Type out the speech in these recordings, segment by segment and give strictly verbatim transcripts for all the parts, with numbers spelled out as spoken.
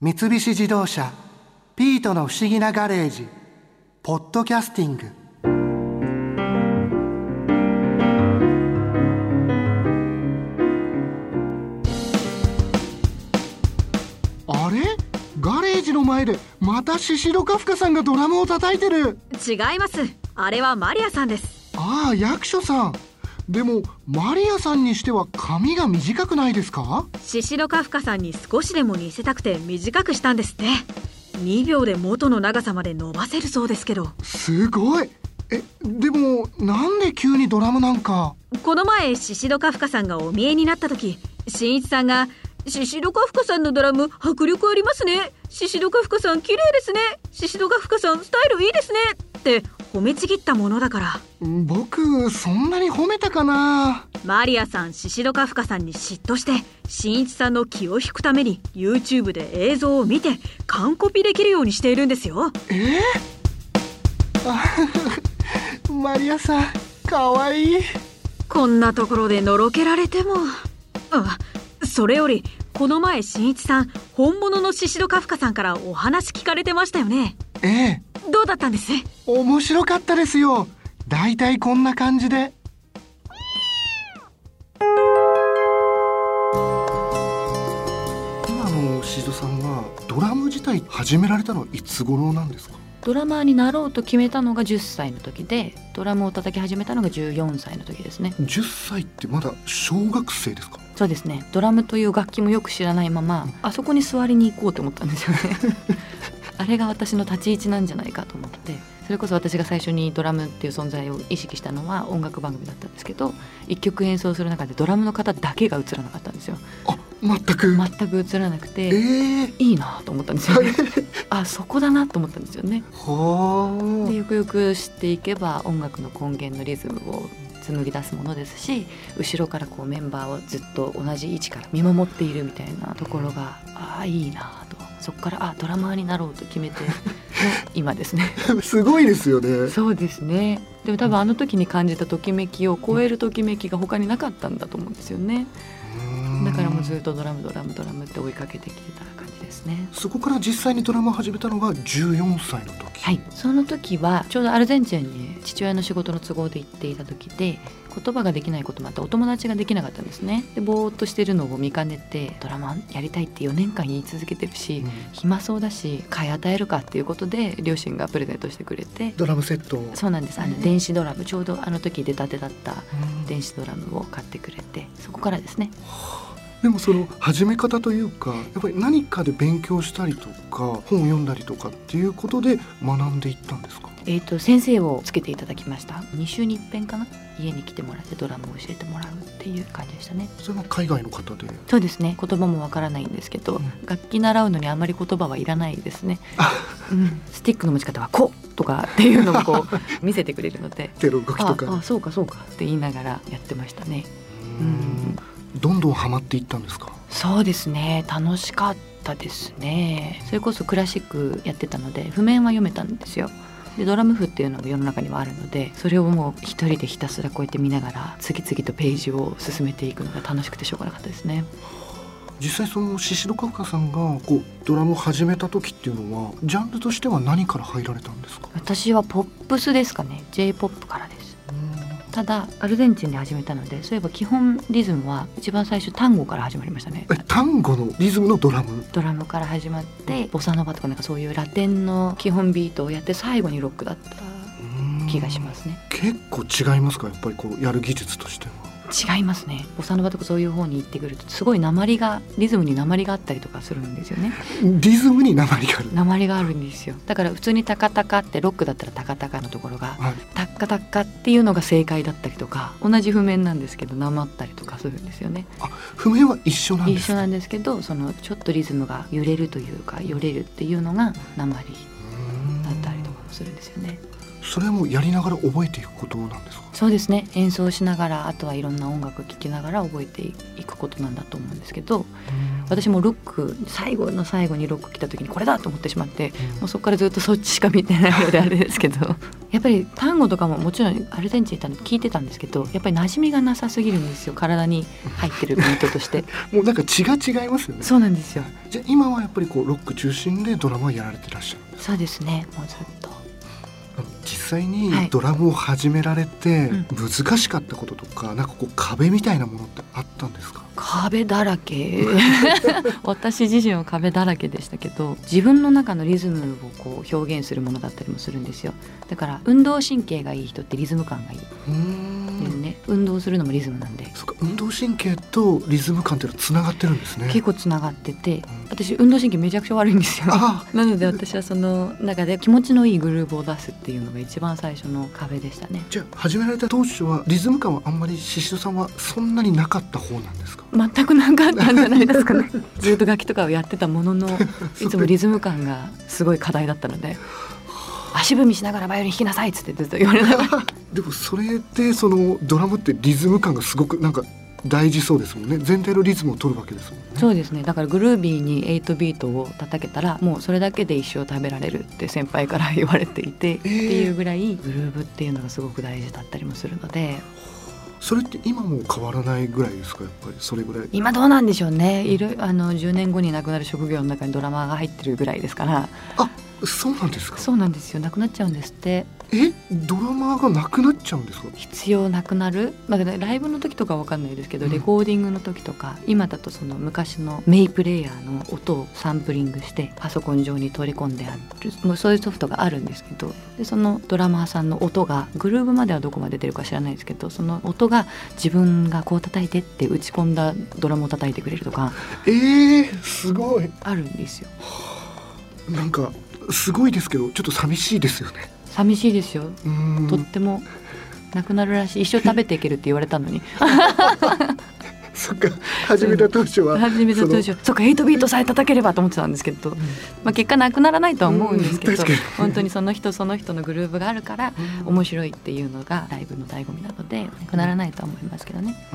三菱自動車ピートの不思議なガレージポッドキャスティング。あれ、ガレージの前でまたシシド・カフカさんがドラムを叩いてる。 違います。あれはマリアさんです。 ああ、役所さん。でもマリアさんにしては髪が短くないですか？ シシド・カフカさんに少しでも似せたくて短くしたんですって。にびょうで元の長さまで伸ばせるそうですけど。 すごい。え、でもなんで急にドラムなんか。 この前シシド・カフカさんがお見えになった時、新一さんがシシド・カフカさんのドラム迫力ありますね、シシド・カフカさん綺麗ですね、シシド・カフカさんスタイルいいですねって褒めちぎったものだから。 僕そんなに褒めたかな。 マリアさんシシド・カフカさんに嫉妬して新一さんの気を引くために YouTube で映像を見て完コピできるようにしているんですよ。 えー、マリアさんかわいい。 こんなところでのろけられても。あ、それよりこの前新一さん本物のシシド・カフカさんからお話聞かれてましたよね。 ええ。 どうだったんです？ 面白かったですよ。だいたいこんな感じで。今のシシドさんがドラム自体始められたのはいつ頃なんですか？ ドラマーになろうと決めたのがじゅっさいの時で、ドラムを叩き始めたのがじゅうよんさいの時ですね。 じゅっさいってまだ小学生ですか？ そうですね。ドラムという楽器もよく知らないまま、あそこに座りに行こうと思ったんですよねあれが私の立ち位置なんじゃないかと思って、それこそ私が最初にドラムっていう存在を意識したのは音楽番組だったんですけど、一曲演奏する中でドラムの方だけが映らなかったんですよ。 あ、全く全く映らなくて、 えー、 いいなと思ったんですよねあ、そこだなと思ったんですよね。 はでよくよく知っていけば音楽の根源のリズムを紡ぎ出すものですし、後ろからこうメンバーをずっと同じ位置から見守っているみたいなところが、ああいいなと、そこからあドラマーになろうと決めて今ですねすごいですよね。 そうですね。でも多分あの時に感じたときめきを超えるときめきが他になかったんだと思うんですよね。だからもうずっとドラムドラムドラムって追いかけてきてた感じですね。 そこから実際にドラムを始めたのがじゅうよんさいの時。 はい、その時はちょうどアルゼンチンに父親の仕事の都合で行っていた時で、言葉ができないこともあってお友達ができなかったんですね。でぼーっとしてるのを見かねて、ドラマやりたいってよねんかん言い続けてるし、うん、暇そうだし買い与えるかっていうことで両親がプレゼントしてくれて、 ドラムセット。 そうなんです。あの電子ドラム、ちょうどあの時出たてだった電子ドラムを買ってくれて、そこからですね。 でもその始め方というか、やっぱり何かで勉強したりとか本を読んだりとかっていうことで学んでいったんですか？ えーと、先生をつけていただきました。にしゅうにいっぺんかな、家に来てもらってドラムを教えてもらうっていう感じでしたね。 それは海外の方で？ そうですね。言葉もわからないんですけど、うん、楽器習うのにあまり言葉はいらないですね、うん、スティックの持ち方はこうとかっていうのをこう見せてくれるので手の動きとか、 ああそうかそうかって言いながらやってましたね。 うん、どんどんハマっていったんですか？ そうですね、楽しかったですね。それこそクラシックやってたので譜面は読めたんですよ。でドラム譜っていうのが世の中にはあるので、それをもう一人でひたすらこうやって見ながら次々とページを進めていくのが楽しくてしょうがなかったですね。 実際そのシシド・カフカさんがこうドラムを始めた時っていうのはジャンルとしては何から入られたんですか？ 私はポップスですかね。 J-ポップ からです。ただアルゼンチンで始めたので、そういえば基本リズムは一番最初タンゴから始まりましたね。 え、タンゴのリズムのドラムドラムから始まって、ボサノバとかなんかそういうラテンの基本ビートをやって最後にロックだった気がしますね。 結構違いますか？やっぱりこうやる技術としては。 違いますね。ボサノバとかそういう方に行ってくるとすごい訛りが、リズムに訛りがあったりとかするんですよね。 リズムに訛りがある？ 訛りがあるんですよ。だから普通にタカタカってロックだったらタカタカのところが、はい、タッカタッカっていうのが正解だったりとか、同じ譜面なんですけどなまったりとかするんですよね。 あ、譜面は一緒なんですか？ 一緒なんですけど、そのちょっとリズムが揺れるというかよれるっていうのが訛りだったりとかもするんですよね。 それもやりながら覚えていくことなんですか？ そうですね。演奏しながら、あとはいろんな音楽聴きながら覚えていくことなんだと思うんですけど、私もロック最後の最後にロック来た時にこれだと思ってしまって、もうそこからずっとそっちしか見てないのであれですけどやっぱり単語とかももちろんアルゼンチンにいたの聞いてたんですけど、やっぱり馴染みがなさすぎるんですよ、体に入ってるビートとしてもうなんか血が違いますよね。 そうなんですよ。 じゃあ今はやっぱりこうロック中心でドラマをやられてらっしゃるんですか？ そうですね、もうずっと。 実際にドラムを始められて難しかったこととか、はい、なんかこう壁みたいなものってあったんですか？ 壁だらけ私自身は壁だらけでしたけど、自分の中のリズムをこう表現するものだったりもするんですよ。だから運動神経がいい人ってリズム感がいい。うーん、ね、運動するのもリズムなんで。 そうか、運動神経とリズム感っていうのはつながってるんですね。 結構つながってて、うん、私運動神経めちゃくちゃ悪いんですよ。なので私はその中で気持ちのいいグルーヴを出すっていうのが一番最初の壁でしたね。 じゃあ始められた当初はリズム感はあんまりシシドさんはそんなになかった方なんですか？ 全くなかったんじゃないですかねずっと楽器とかをやってたもののいつもリズム感がすごい課題だったので足踏みしながらバイオリン弾きなさいっつってずっと言われながらでもそれってそのドラムってリズム感がすごくなんか大事そうですもんね。全体のリズムを取るわけですもんね。 そうですね。だからグルービーにはちビートを叩けたらもうそれだけで一生食べられるって先輩から言われていて、えー、っていうぐらいグルーブっていうのがすごく大事だったりもするので。 それって今も変わらないぐらいですか？やっぱりそれぐらい。 今どうなんでしょうね。いろあのじゅうねんごに亡くなる職業の中にドラマーが入ってるぐらいですから。 あ、そうなんですか？ そうなんですよ。なくなっちゃうんですって。 え、ドラマーがなくなっちゃうんですか？ 必要なくなる。だからライブの時とかは分かんないですけど、うん、レコーディングの時とか今だとその昔のメイプレイヤーの音をサンプリングしてパソコン上に取り込んである、もうそういうソフトがあるんですけど、でそのドラマーさんの音がグルーブまではどこまで出るか知らないですけど、その音が自分がこう叩いてって打ち込んだドラムを叩いてくれるとか。 えー、すごいあるんですよ。 なんかすごいですけどちょっと寂しいですよね。 寂しいですよ。とってもなくなるらしい。一生食べていけるって言われたのにそっか、始めた当初は始めた当初そっかはちビートさえ叩ければと思ってたんですけど、うん、まあ、結果なくならないとは思うんですけど、本当にその人その人のグルーヴがあるから面白いっていうのがライブの醍醐味なのでなくならないとは思いますけどね。うん、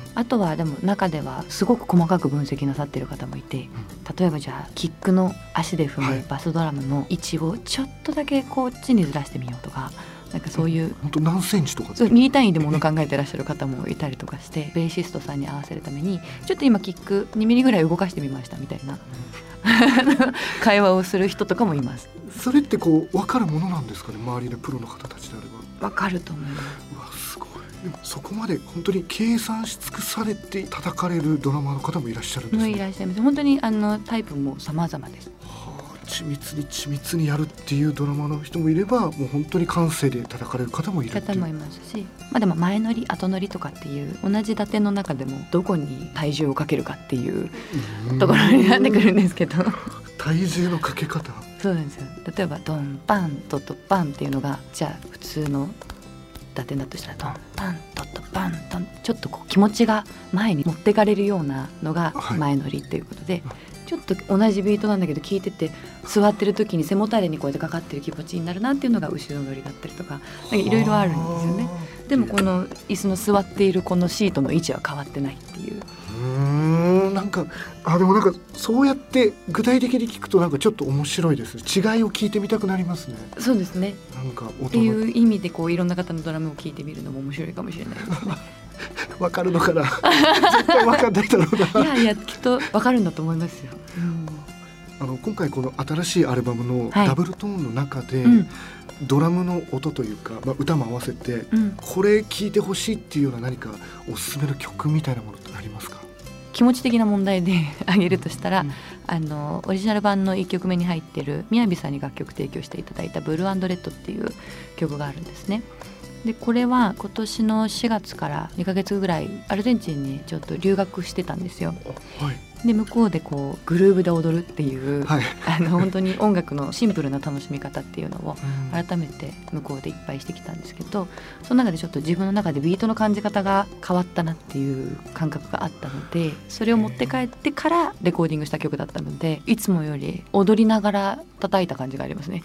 あとはでも中ではすごく細かく分析なさってる方もいて、例えばじゃあキックの足で踏むバスドラムの位置をちょっとだけこっちにずらしてみようとか、なんかそういう本当何センチとかミリ単位でもの考えてらっしゃる方もいたりとかして、ベーシストさんに合わせるためにちょっと今キックにミリぐらい動かしてみましたみたいな会話をする人とかもいます。 それってこう分かるものなんですかね？周りのプロの方たちであれば分かると思います。 うわ、すごい。でもそこまで本当に計算し尽くされて叩かれるドラマーの方もいらっしゃるんですね。 いらっしゃいます。本当にあのタイプも様々です。 緻密に緻密にやるっていうドラマの人もいれば、もう本当に感性で叩かれる方もいるっていう方もいますし、まあ、でも前乗り後乗りとかっていう同じ打点の中でもどこに体重をかけるかっていうところになってくるんですけど体重のかけ方。 そうなんですよ。例えばドンパントトパンっていうのがじゃあ普通の打点だとしたらドンパントトパントン、ちょっとこう気持ちが前に持ってかれるようなのが前乗りっていうことで、はい、ちょっと同じビートなんだけど聴いてて座ってる時に背もたれにこうやってかかってる気持ちになるなっていうのが後ろ乗りだったりとか、いろいろあるんですよね。でもこの椅子の座っているこのシートの位置は変わってないっていう。 うーん、なんかあでもなんかそうやって具体的に聞くとなんかちょっと面白いです。違いを聞いてみたくなりますね。 そうですね。 なんか音のっていう意味でこういろんな方のドラムを聞いてみるのも面白いかもしれないですね。 わかるのかな絶対わかんないだろうな。 いやいやきっとわかるんだと思いますよ。うん、 あの今回この新しいアルバムのダブルトーンの中で、はい、うん、ドラムの音というか、まあ、歌も合わせて、うん、これ聴いてほしいっていうような何かおすすめの曲みたいなものってありますか？ 気持ち的な問題で挙げるとしたら、うん、あのオリジナル版のいっきょくめに入ってるみやびさんに楽曲提供していただいたブルー&レッドっていう曲があるんですね。でこれは今年のしがつからにかげつぐらいアルゼンチンにちょっと留学してたんですよ。はい、で向こうでこうグルーブで踊るっていう、はい、あの本当に音楽のシンプルな楽しみ方っていうのを改めて向こうでいっぱいしてきたんですけど、その中でちょっと自分の中でビートの感じ方が変わったなっていう感覚があったので、それを持って帰ってからレコーディングした曲だったので、いつもより踊りながら叩いた感じがありますね。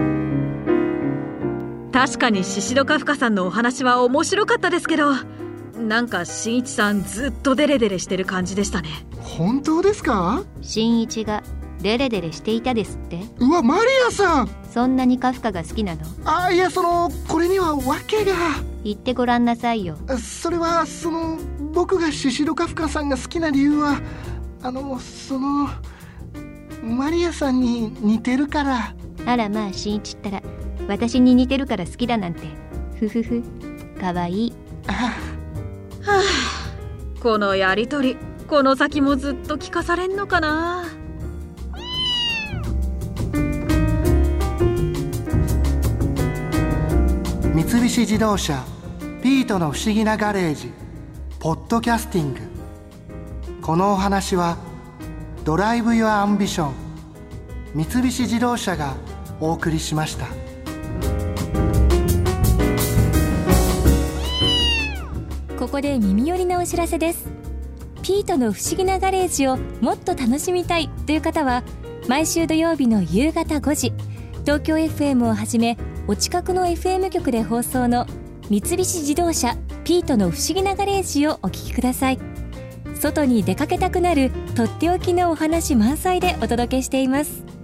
確かにシシド・カフカさんのお話は面白かったですけど、 なんか新一さんずっとデレデレしてる感じでしたね。 本当ですか？ 新一がデレデレしていたですって。 うわ、マリアさん、 そんなにカフカが好きなの？ あ、いや、そのこれには訳が。 言ってごらんなさいよ。 それはその僕がシシド・カフカさんが好きな理由は、あのそのマリアさんに似てるから。 あらまあ、新一ったら私に似てるから好きだなんて、ふふふ、かわいい。 はあ、このやりとりこの先もずっと聞かされんのかな。 三菱自動車ピートの不思議なガレージポッドキャスティング。このお話はドライブ・ユア・アンビション三菱自動車がお送りしました。 ここで耳寄りなお知らせです。ピートの不思議なガレージをもっと楽しみたいという方は、毎週土曜日の夕方ごじ、東京 エフエム をはじめお近くの エフエム 局で放送の三菱自動車ピートの不思議なガレージをお聞きください。外に出かけたくなるとっておきのお話満載でお届けしています。